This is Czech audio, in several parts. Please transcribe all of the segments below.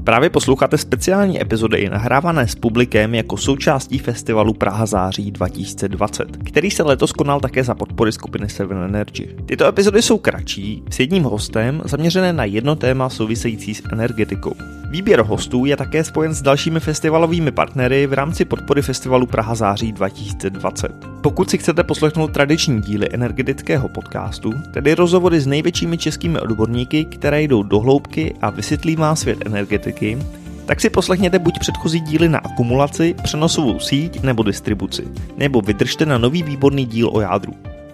Právě posloucháte speciální epizody nahrávané s publikem jako součástí festivalu Praha září 2020, který se letos konal také za podpory skupiny Seven Energy. Tyto epizody jsou kratší, s jedním hostem, zaměřené na jedno téma související s energetikou. Výběr hostů je také spojen s dalšími festivalovými partnery v rámci podpory festivalu Praha září 2020. Pokud si chcete poslechnout tradiční díly energetického podcastu, tedy rozhovory s největšími českými odborníky, které jdou do hloubky a vysvětlí vám svět energetiky, tak si poslechněte buď předchozí díly na akumulaci, přenosovou síť nebo distribuci, nebo vydržte na nový výborný díl o jádru.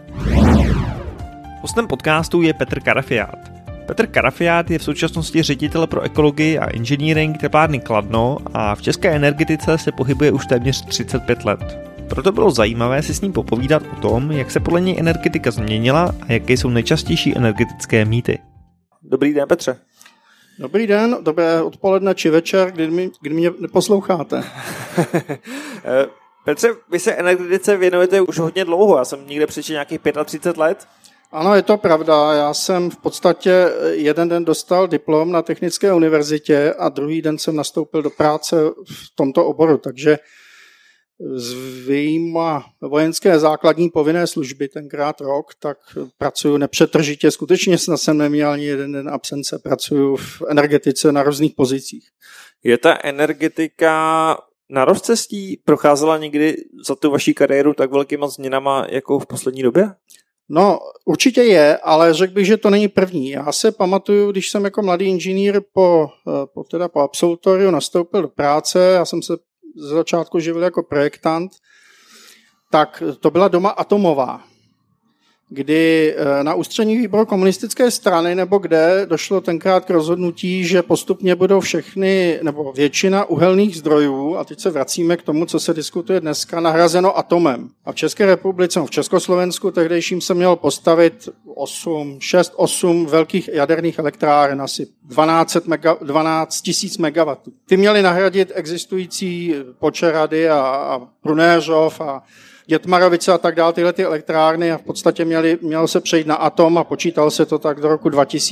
Hostem podcastu je Petr Karafiát. Petr Karafiát je v současnosti ředitel pro ekologii a engineering teplárny Kladno a v české energetice se pohybuje už téměř 35 let. Proto bylo zajímavé si s ním popovídat o tom, jak se podle něj energetika změnila a jaké jsou nejčastější energetické mýty. Dobrý den, Petře. Dobrý den, dobré odpoledne či večer, kdy mě neposloucháte. Petře, vy se energetice věnujete už hodně dlouho, já jsem někde přečetl nějakých 35 let. Ano, je to pravda, já jsem v podstatě jeden den dostal diplom na Technické univerzitě a druhý den jsem nastoupil do práce v tomto oboru, takže s vyjma vojenské základní povinné služby tenkrát rok, tak pracuji nepřetržitě, skutečně snad jsem neměl ani jeden den absence, pracuji v energetice na různých pozicích. Je ta energetika na rozcestí, procházela někdy za tu vaši kariéru tak velkýma změnama jako v poslední době? No, určitě je, ale řekl bych, že to není první. Já se pamatuju, když jsem jako mladý inženýr po absolutoriu nastoupil do práce, já jsem se z začátku živil jako projektant, tak to byla doma atomová, kdy na ústřední výboru komunistické strany nebo kde došlo tenkrát k rozhodnutí, že postupně budou všechny nebo většina uhelných zdrojů, a teď se vracíme k tomu, co se diskutuje dneska, nahrazeno atomem. A v České republice, v Československu tehdejším se mělo postavit 8 velkých jaderných elektráren, asi 12 000 megawatů. Ty měly nahradit existující Počerady a Prunéřov a Dětmarovice a tak dále, tyhle ty elektrárny, a v podstatě mělo se přejít na atom a počítalo se to tak do roku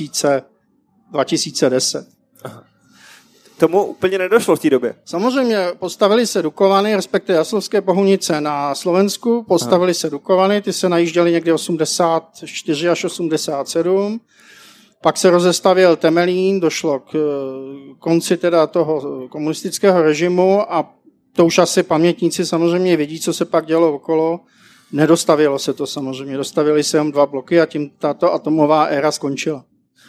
2010. Aha. Tomu úplně nedošlo v té době. Samozřejmě postavili se Dukovany, respektive Jaslovské Bohunice na Slovensku, postavili se Dukovany, ty se najížděly někdy 84 až 87. Pak se rozestavěl Temelín, došlo k konci teda toho komunistického režimu a to už asi pamětníci samozřejmě vědí, co se pak dělo okolo. Nedostavilo se to samozřejmě, dostavili se jen 2 bloky a tím tato atomová éra skončila.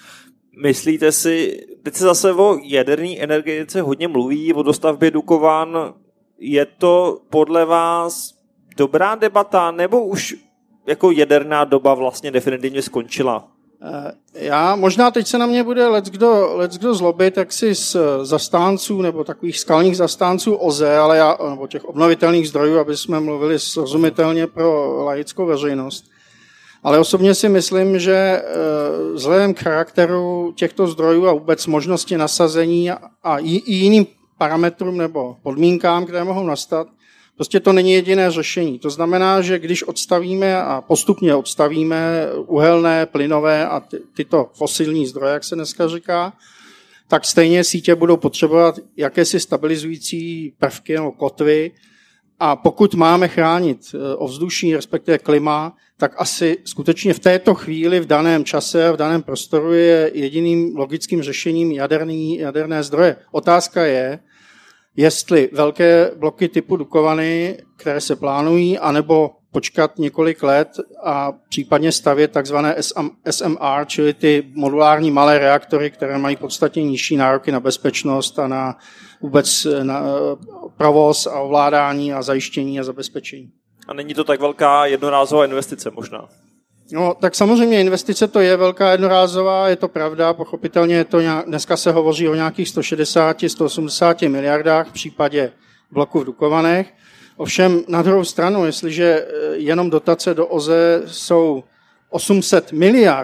Myslíte si, teď se zase o jaderné energetice hodně mluví, o dostavbě Dukovan, je to podle vás dobrá debata, nebo už jako jaderná doba vlastně definitivně skončila? Možná teď se na mě bude leckdo zlobit, tak si z zastánců nebo takových skalních zastánců OZE, nebo těch obnovitelných zdrojů, aby jsme mluvili srozumitelně pro laickou veřejnost. Ale osobně si myslím, že vzhledem k charakteru těchto zdrojů a vůbec možnosti nasazení a i jiným parametrům nebo podmínkám, které mohou nastat, prostě to není jediné řešení. To znamená, že když odstavíme a postupně odstavíme uhelné, plynové a tyto fosilní zdroje, jak se dneska říká, tak stejně sítě budou potřebovat jakési stabilizující prvky nebo kotvy. A pokud máme chránit ovzduší, respektive klima, tak asi skutečně v této chvíli, v daném čase, v daném prostoru je jediným logickým řešením jaderné zdroje. Otázka je, jestli velké bloky typu Dukovany, které se plánují, anebo počkat několik let a případně stavět takzvané SMR, čili ty modulární malé reaktory, které mají podstatně nižší nároky na bezpečnost a na vůbec na provoz a ovládání a zajištění a zabezpečení. A není to tak velká jednorázová investice možná? No, tak samozřejmě investice to je velká jednorázová, je to pravda, pochopitelně je to dneska se hovoří o nějakých 160-180 miliardách v případě bloku v Dukovanech. Ovšem na druhou stranu, jestliže jenom dotace do OZE jsou 800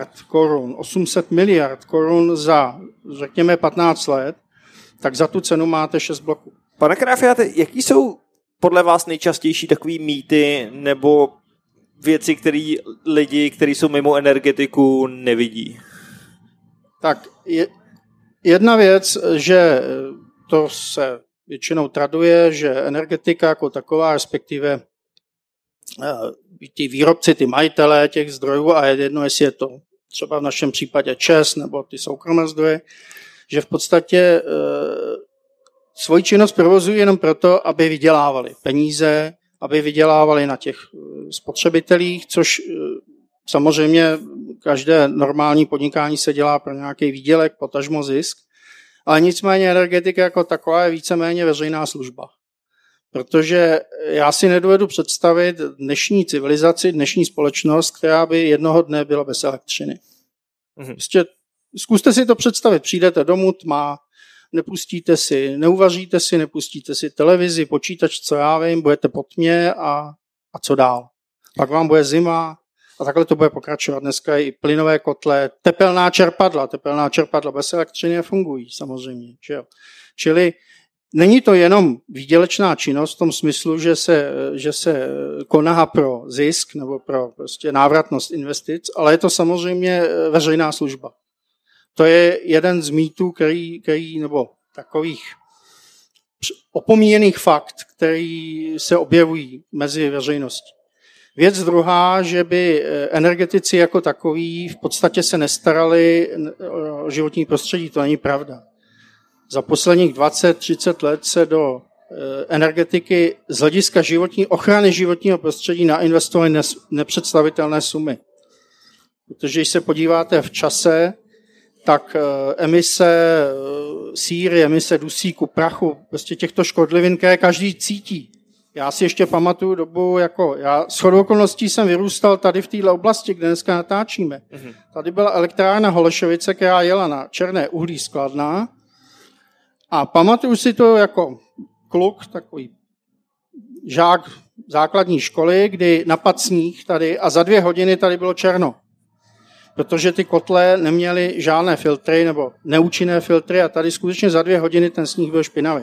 miliard korun za, řekněme, 15 let, tak za tu cenu máte 6 bloků. Pane Karafiáte, jaký jsou podle vás nejčastější takový mýty nebo věci, které lidi, kteří jsou mimo energetiku, nevidí? Tak jedna věc, že to se většinou traduje, že energetika jako taková, respektive ti výrobci, ty majitelé těch zdrojů, a je jedno, jestli je to třeba v našem případě ČEZ nebo ty soukromé zdroje, že v podstatě svoji činnost provozují jenom proto, aby vydělávali peníze, aby vydělávali na těch spotřebitelích, což samozřejmě každé normální podnikání se dělá pro nějaký výdělek, potažmo zisk, ale nicméně energetika jako taková je víceméně veřejná služba. Protože já si nedovedu představit dnešní civilizaci, dnešní společnost, která by jednoho dne byla bez elektřiny. Prostě zkuste si to představit. Přijdete domů, tma, neuvaříte si, nepustíte si televizi, počítač, co já vím, budete po tmě a co dál. Pak vám bude zima a takhle to bude pokračovat. Dneska i plynové kotle, tepelná čerpadla bez elektřiny fungují samozřejmě. Že jo? Čili není to jenom výdělečná činnost v tom smyslu, že se koná pro zisk nebo pro prostě návratnost investic, ale je to samozřejmě veřejná služba. To je jeden z mýtů, který nebo takových opomíjených fakt, který se objevují mezi veřejností. Věc druhá, že by energetici jako takový v podstatě se nestarali o životní prostředí, to není pravda. Za posledních 20-30 let se do energetiky z hlediska ochrany životního prostředí nainvestovaly nepředstavitelné sumy. Protože když se podíváte v čase, tak emise síry, emise dusíku, prachu, prostě těchto škodlivin, které každý cítí. Já si ještě pamatuju dobu, já shodou okolností jsem vyrůstal tady v této oblasti, kde dneska natáčíme. Tady byla elektrárna Holešovice, která jela na černé uhlí z Kladna. A pamatuju si to jako kluk, takový žák základní školy, kdy napadl sníh tady a za 2 hodiny tady bylo černo. Protože ty kotle neměly žádné filtry nebo neúčinné filtry a tady skutečně za 2 hodiny ten sníh byl špinavý.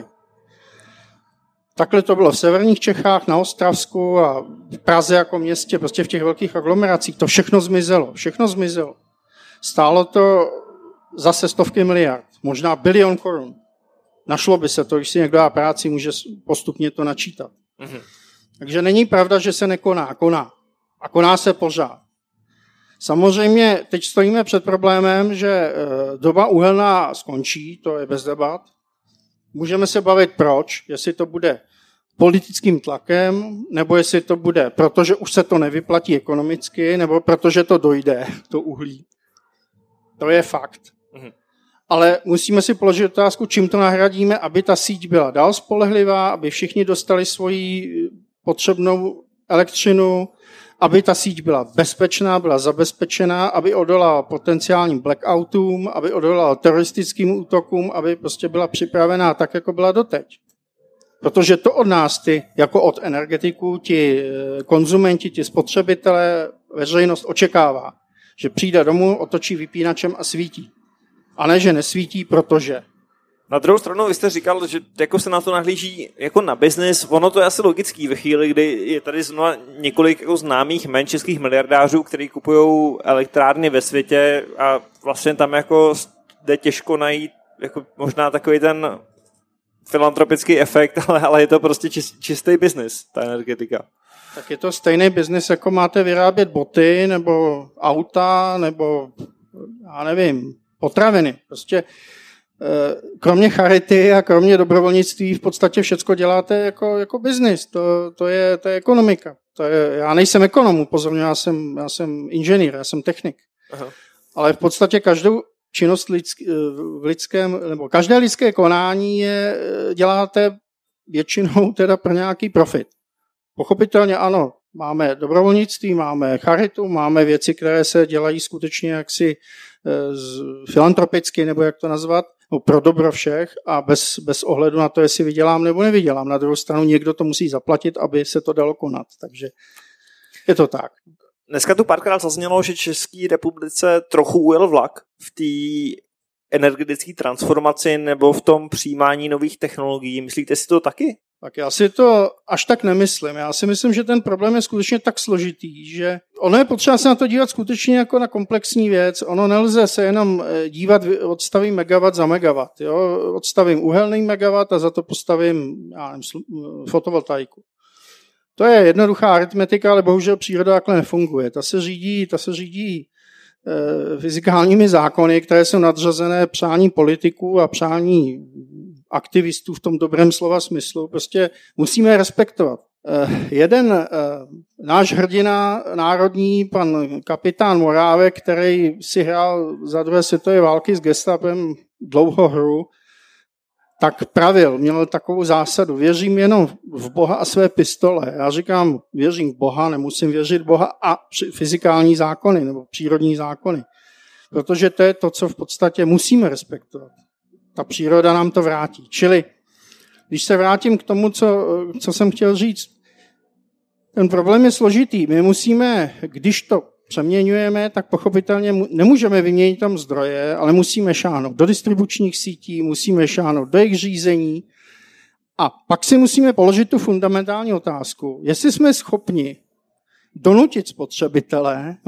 Takhle to bylo v severních Čechách, na Ostravsku a v Praze jako městě, prostě v těch velkých aglomeracích. To všechno zmizelo. Stálo to zase stovky miliard, možná bilion korun. Našlo by se to, když si někdo dá práci, může postupně to načítat. Takže není pravda, že se nekoná. Koná. A koná se pořád. Samozřejmě teď stojíme před problémem, že doba uhelná skončí, to je bez debat. Můžeme se bavit proč, jestli to bude politickým tlakem, nebo jestli to bude, protože už se to nevyplatí ekonomicky, nebo protože to dojde, to uhlí. To je fakt. Ale musíme si položit otázku, čím to nahradíme, aby ta síť byla dál spolehlivá, aby všichni dostali svoji potřebnou elektřinu, aby ta síť byla bezpečná, byla zabezpečená, aby odolala potenciálním blackoutům, aby odolala teroristickým útokům, aby prostě byla připravená tak, jako byla doteď. Protože to od nás, jako od energetiků, ti konzumenti, ti spotřebitelé, veřejnost očekává, že přijde domů, otočí vypínačem a svítí. A ne, že nesvítí, protože. Na druhou stranu, vy jste říkal, že jako se na to nahlíží jako na biznis. Ono to je asi logický ve chvíli, kdy je tady znovu několik jako známých jmen českých miliardářů, kteří kupují elektrárny ve světě a vlastně tam jako jde těžko najít jako možná takový ten filantropický efekt, ale je to prostě čistý biznis, ta energetika. Tak je to stejný biznis, jako máte vyrábět boty, nebo auta, nebo já nevím, potraviny. Prostě kromě charity a kromě dobrovolnictví v podstatě všecko děláte jako biznis. To je ekonomika. Já nejsem ekonom, upozorňuji, já jsem inženýr, já jsem technik. Aha. Ale v podstatě každou činnost v lidském, nebo každé lidské konání děláte většinou teda pro nějaký profit. Pochopitelně ano, máme dobrovolnictví, máme charitu, máme věci, které se dělají skutečně jaksi filantropicky, nebo jak to nazvat, no, pro dobro všech a bez ohledu na to, jestli vydělám nebo nevydělám. Na druhou stranu někdo to musí zaplatit, aby se to dalo konat. Takže je to tak. Dneska tu párkrát zaznělo, že České republice trochu ujel vlak v té energetické transformaci nebo v tom přijímání nových technologií. Myslíte si to taky? Tak já si to až tak nemyslím. Já si myslím, že ten problém je skutečně tak složitý, že ono je potřeba se na to dívat skutečně jako na komplexní věc. Ono nelze se jenom dívat, odstavím megawatt za megawatt. Jo? Odstavím uhelný megawatt a za to postavím fotovoltaiku. To je jednoduchá aritmetika, ale bohužel příroda takhle nefunguje. Ta se řídí fyzikálními zákony, které jsou nadřazené přání politiků a přání aktivistů v tom dobrém slova smyslu. Prostě musíme respektovat. Jeden náš hrdina národní, pan kapitán Morávek, který si hrál za druhé světové války s gestapem dlouho hru, tak pravil, měl takovou zásadu, věřím jenom v Boha a své pistole. Já říkám, věřím v Boha, nemusím věřit v Boha a fyzikální zákony nebo přírodní zákony. Protože to je to, co v podstatě musíme respektovat. Ta příroda nám to vrátí. Čili, když se vrátím k tomu, co jsem chtěl říct, ten problém je složitý. My musíme, když to přeměňujeme, tak pochopitelně nemůžeme vyměnit tam zdroje, ale musíme šáhnout do distribučních sítí, musíme šáhnout do jejich řízení a pak si musíme položit tu fundamentální otázku, jestli jsme schopni donutit spotřebitele,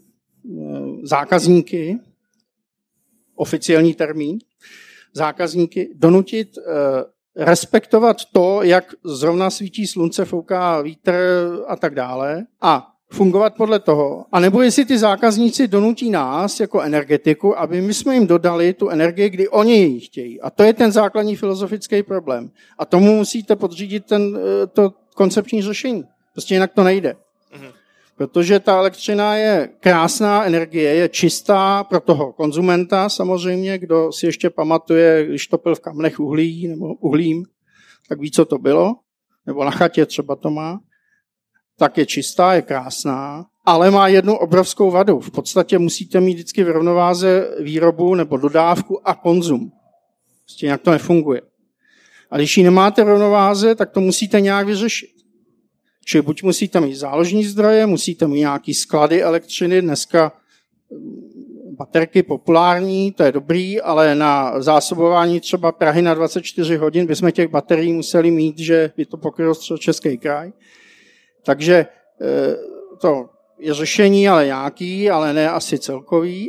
zákazníky, oficiální termín, zákazníky donutit respektovat to, jak zrovna svítí slunce, fouká vítr a tak dále a fungovat podle toho. A nebo jestli ty zákazníci donutí nás jako energetiku, aby my jsme jim dodali tu energii, kdy oni ji chtějí. A to je ten základní filozofický problém. A tomu musíte podřídit to koncepční řešení. Prostě jinak to nejde. Protože ta elektřina je krásná energie, je čistá pro toho konzumenta samozřejmě, kdo si ještě pamatuje, když topil v kamnech uhlí nebo uhlím, tak ví, co to bylo, nebo na chatě třeba to má, tak je čistá, je krásná, ale má jednu obrovskou vadu. V podstatě musíte mít vždycky v rovnováze výrobu nebo dodávku a konzum. Prostě nějak to nefunguje. A když ji nemáte v rovnováze, tak to musíte nějak vyřešit. Čili buď musíte mít záložní zdroje, musíte mít nějaký sklady elektřiny, dneska baterky populární, to je dobrý, ale na zásobování třeba Prahy na 24 hodin bychom těch baterií museli mít, že by to pokryl Středočeský kraj. Takže to je řešení, ale nějaký, ale ne asi celkový.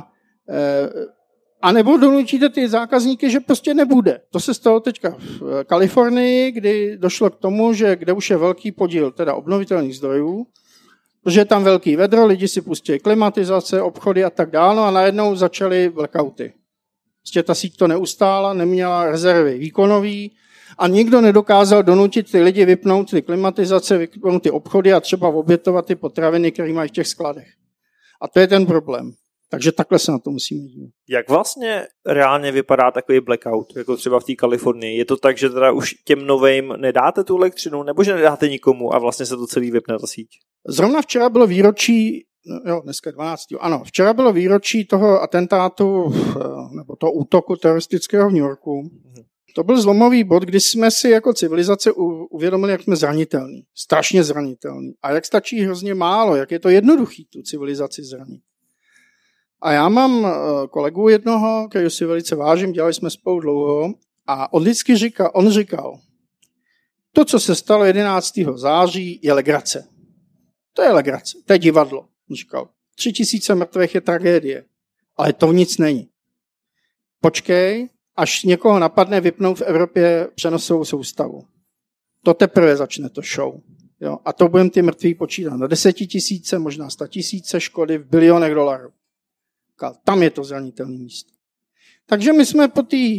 A nebo donutíte ty zákazníky, že prostě nebude. To se stalo teďka v Kalifornii, kdy došlo k tomu, že kde už je velký podíl teda obnovitelných zdrojů, protože je tam velký vedro, lidi si pustí klimatizace, obchody a tak dále, a najednou začaly blackouty. Prostě ta síť to neustála, neměla rezervy výkonový a nikdo nedokázal donutit ty lidi vypnout ty klimatizace, vypnout ty obchody a třeba obětovat ty potraviny, které mají v těch skladech. A to je ten problém. Takže takhle se na to musíme dívat. Jak vlastně reálně vypadá takový blackout, jako třeba v té Kalifornii? Je to tak, že teda už těm novým nedáte tu elektřinu, nebo že nedáte nikomu a vlastně se to celý vypne ta síť? Zrovna včera bylo výročí, dneska 12. Ano, včera bylo výročí toho atentátu, nebo toho útoku teroristického v New Yorku. To byl zlomový bod, kdy jsme si jako civilizace uvědomili, jak jsme zranitelní. Strašně zranitelní. A jak stačí hrozně málo, jak je to jednoduchý tu civilizaci zranit. A já mám kolegu jednoho, který si velice vážím, dělali jsme spolu dlouho, a on říkal, to, co se stalo 11. září, je legrace. To je legrace, to je divadlo. On říkal, 3000 mrtvých je tragédie, ale to nic není. Počkej, až někoho napadne vypnout v Evropě přenosovou soustavu. To teprve začne to show. Jo? A to budeme ty mrtví počítat na 10 000, možná 100 000 škody v bilionech dolarů. Tam je to zranitelné místo. Takže my jsme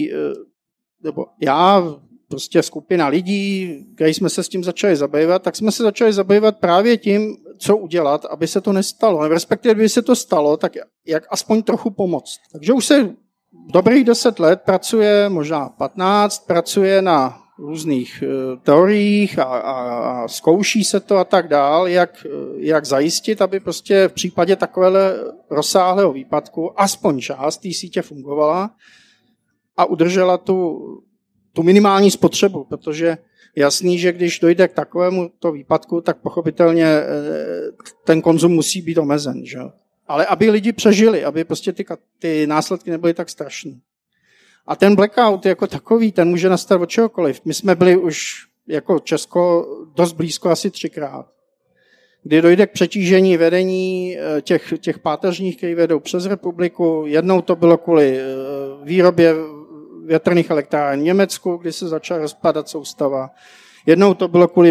nebo já, prostě skupina lidí, kteří jsme se s tím začali zabývat, tak jsme se začali zabývat právě tím, co udělat, aby se to nestalo. Respektive, kdyby se to stalo, tak jak aspoň trochu pomoct. Takže už se dobrých 10 let pracuje, možná 15, pracuje na různých teoriích a zkouší se to a tak dál, jak zajistit, aby prostě v případě takového rozsáhlého výpadku aspoň část té sítě fungovala a udržela tu minimální spotřebu, protože jasný, že když dojde k takovému to výpadku, tak pochopitelně ten konzum musí být omezen. Že? Ale aby lidi přežili, aby prostě ty následky nebyly tak strašné. A ten blackout jako takový, ten může nastat od čehokoliv. My jsme byli už jako Česko dost blízko asi 3krát, kdy dojde k přetížení vedení těch páteřních, které vedou přes republiku. Jednou to bylo kvůli výrobě větrných elektráren v Německu, kdy se začala rozpadat soustava. Jednou to bylo kvůli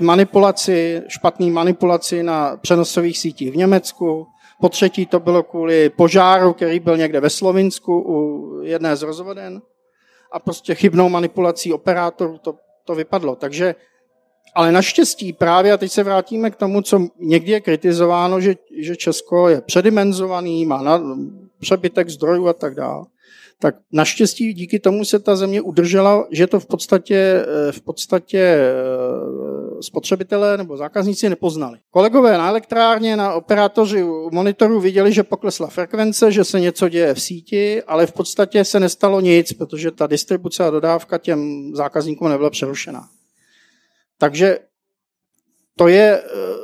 špatný manipulaci na přenosových sítích v Německu. Po třetí to bylo kvůli požáru, který byl někde ve Slovinsku u jedné z rozvoden. A prostě chybnou manipulací operátorů to vypadlo. Takže, ale naštěstí právě, a teď se vrátíme k tomu, co někdy je kritizováno, že Česko je předimenzovaný, má přebytek zdrojů a tak dále. Tak naštěstí díky tomu se ta země udržela, že to v podstatě spotřebitelé nebo zákazníci nepoznali. Kolegové na elektrárně, na operátoři u monitorů viděli, že poklesla frekvence, že se něco děje v síti, ale v podstatě se nestalo nic, protože ta distribuce a dodávka těm zákazníkům nebyla přerušená. Takže to je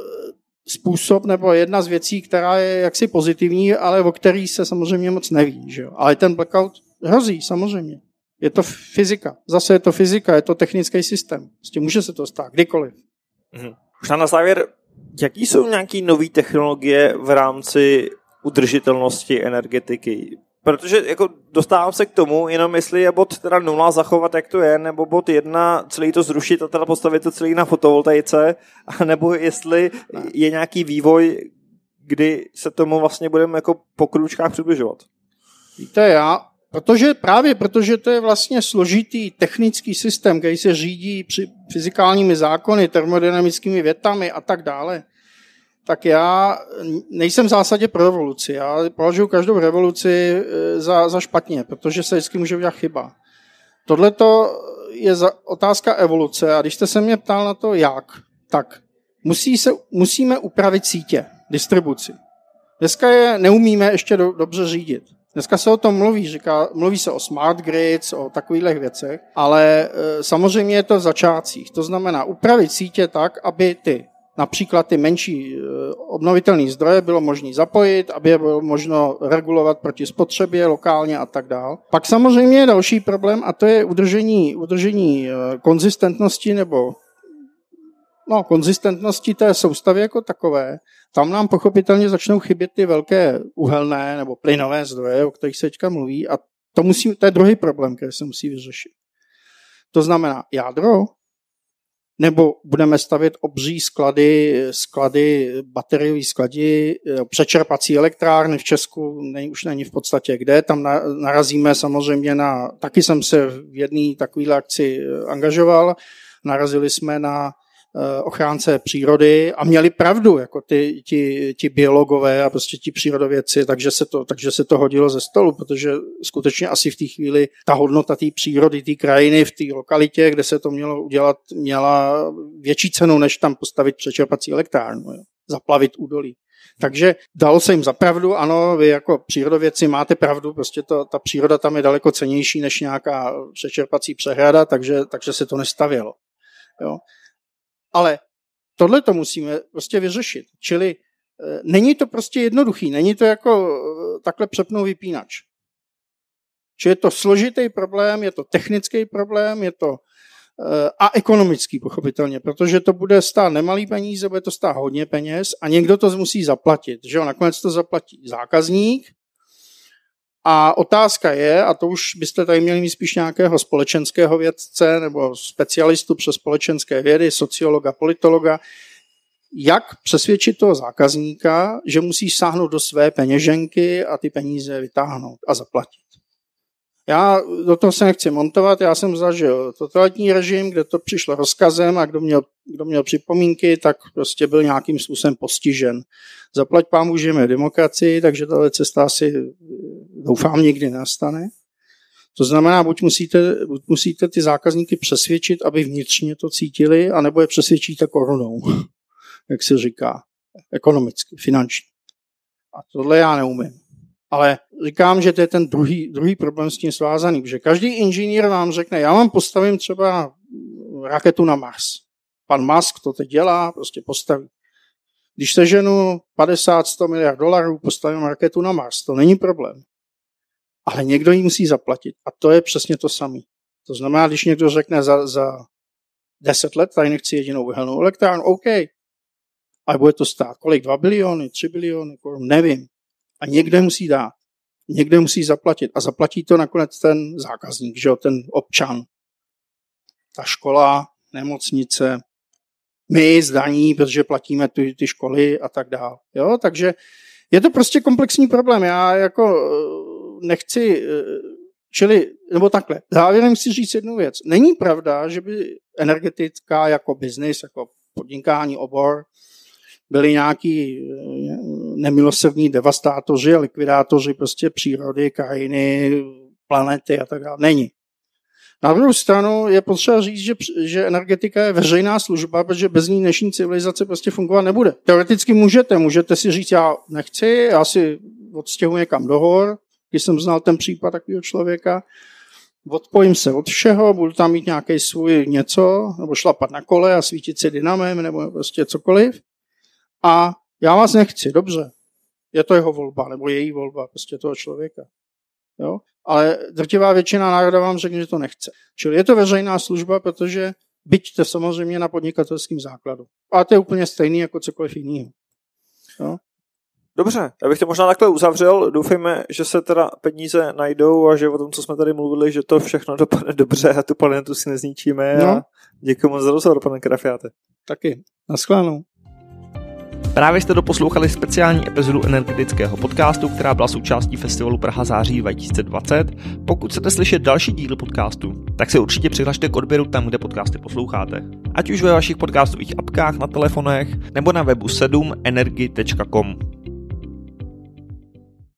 způsob nebo jedna z věcí, která je jaksi pozitivní, ale o který se samozřejmě moc neví. Že jo? Ale ten blackout hrozí samozřejmě. Je to fyzika. Zase je to fyzika, je to technický systém. Prostě může se to stát kdykoliv. Už na závěr, jaký jsou nějaké nové technologie v rámci udržitelnosti energetiky? Protože jako dostávám se k tomu, jenom jestli je bod teda 0 zachovat, jak to je, nebo bod 1 celý to zrušit a teda postavit to celý na fotovoltaice, nebo jestli je nějaký vývoj, kdy se tomu vlastně budeme jako po krůčkách přibližovat. Víte, protože to je vlastně složitý technický systém, který se řídí fyzikálními zákony, termodynamickými větami a tak dále, tak já nejsem v zásadě pro revoluci. Já považuji každou revoluci za špatně, protože se vždycky může udělat chyba. Tohleto je otázka evoluce a když jste se mě ptal na to jak, tak musíme upravit sítě, distribuci. Dneska je neumíme ještě dobře řídit. Dneska se o tom mluví se o smart grids, o takových věcech, ale samozřejmě je to v začátcích. To znamená upravit sítě tak, aby například ty menší obnovitelné zdroje bylo možné zapojit, aby je bylo možno regulovat proti spotřebě lokálně a tak dál. Pak samozřejmě je další problém a to je udržení konzistentnosti nebo konzistentnosti té soustavy jako takové. Tam nám pochopitelně začnou chybět ty velké uhelné nebo plynové zdroje, o kterých se teďka mluví a to je druhý problém, který se musí vyřešit. To znamená jádro, nebo budeme stavět obří sklady, bateriové sklady, přečerpací elektrárny v Česku, už není v podstatě kde, tam narazíme samozřejmě taky jsem se v jedné takové akci angažoval, narazili jsme na ochránce přírody a měli pravdu, jako ti biologové a prostě ti přírodovědci, takže se to hodilo ze stolu, protože skutečně asi v té chvíli ta hodnota té přírody, té krajiny v té lokalitě, kde se to mělo udělat, měla větší cenu, než tam postavit přečerpací elektrárnu, zaplavit údolí. Takže dalo se jim za pravdu, ano, vy jako přírodovědci máte pravdu, prostě ta příroda tam je daleko cennější než nějaká přečerpací přehrada, takže se to nestavělo. Jo. Ale tohle to musíme prostě vyřešit. Čili není to prostě jednoduchý, není to jako takhle přepnout vypínač. Čili je to složitý problém, je to technický problém, je to a ekonomický pochopitelně, protože to bude stát nemalý peníze, bude to stát hodně peněz a někdo to musí zaplatit. Že jo? Nakonec to zaplatí zákazník. A otázka je, a to už byste tady měli mít spíš nějakého společenského vědce nebo specialistu přes společenské vědy, sociologa, politologa, jak přesvědčit toho zákazníka, že musí sáhnout do své peněženky a ty peníze vytáhnout a zaplatit. Já do toho se nechci montovat, já jsem zažil totalitní režim, kde to přišlo rozkazem a kdo měl připomínky, tak prostě byl nějakým způsobem postižen. Zaplať pámu, žijeme v demokracii, takže tato cesta asi doufám nikdy nastane. To znamená, buď musíte ty zákazníky přesvědčit, aby vnitřně to cítili, anebo je přesvědčíte korunou, jak se říká, ekonomicky, finančně. A tohle já neumím. Ale říkám, že to je ten druhý problém s tím svázaný, protože každý inženýr vám řekne, já vám postavím třeba raketu na Mars. Pan Musk to teď dělá, prostě postaví. Když seženu 50-100 miliard dolarů, postavím raketu na Mars, to není problém. Ale někdo ji musí zaplatit a to je přesně to samé. To znamená, když někdo řekne za 10 let tady nechci jedinou uhelnou elektrárnu, OK. A bude to stát kolik? 2 biliony, 3 biliony korun, nevím. A někde musí dát. Někde musí zaplatit. A zaplatí to nakonec ten zákazník, že jo, ten občan. Ta škola, nemocnice, my zdaní, protože platíme ty školy a tak dále. Jo, takže je to prostě komplexní problém. Já jako nechci, nebo takhle. Závěrem chci říct jednu věc. Není pravda, že by energetická jako biznis, jako podnikání, obor, byli nějaký nemilosrdní devastátoři a likvidátoři prostě přírody, krajiny, planety a tak dále. Není. Na druhou stranu je potřeba říct, že energetika je veřejná služba, protože bez ní dnešní civilizace prostě fungovat nebude. Teoreticky můžete si říct, já nechci, já si odstěhuji někam do hor, když jsem znal ten případ takového člověka, odpojím se od všeho, budu tam mít nějaký svůj něco, nebo šlapat na kole a svítit si dynamem, nebo prostě cokoliv. A já vás nechci, dobře. Je to jeho volba, nebo její volba, prostě toho člověka. Jo? Ale drtivá většina národa vám řekne, že to nechce. Čili je to veřejná služba, protože byť to samozřejmě na podnikatelském základu. A to je úplně stejný jako cokoliv jiného. Jo? Dobře, já bych to možná takhle uzavřel. Doufejme, že se teda peníze najdou a že o tom, co jsme tady mluvili, že to všechno dopadne dobře a tu planetu si nezničíme. No. A děkuji moc za rozhovor, pane Krafiáte. Taky. Naschledanou. Právě jste doposlouchali speciální epizodu energetického podcastu, která byla součástí festivalu Praha září 2020. Pokud chcete slyšet další díly podcastu, tak se určitě přihlašte k odběru tam, kde podcasty posloucháte. Ať už ve vašich podcastových apkách na telefonech, nebo na webu 7energy.com.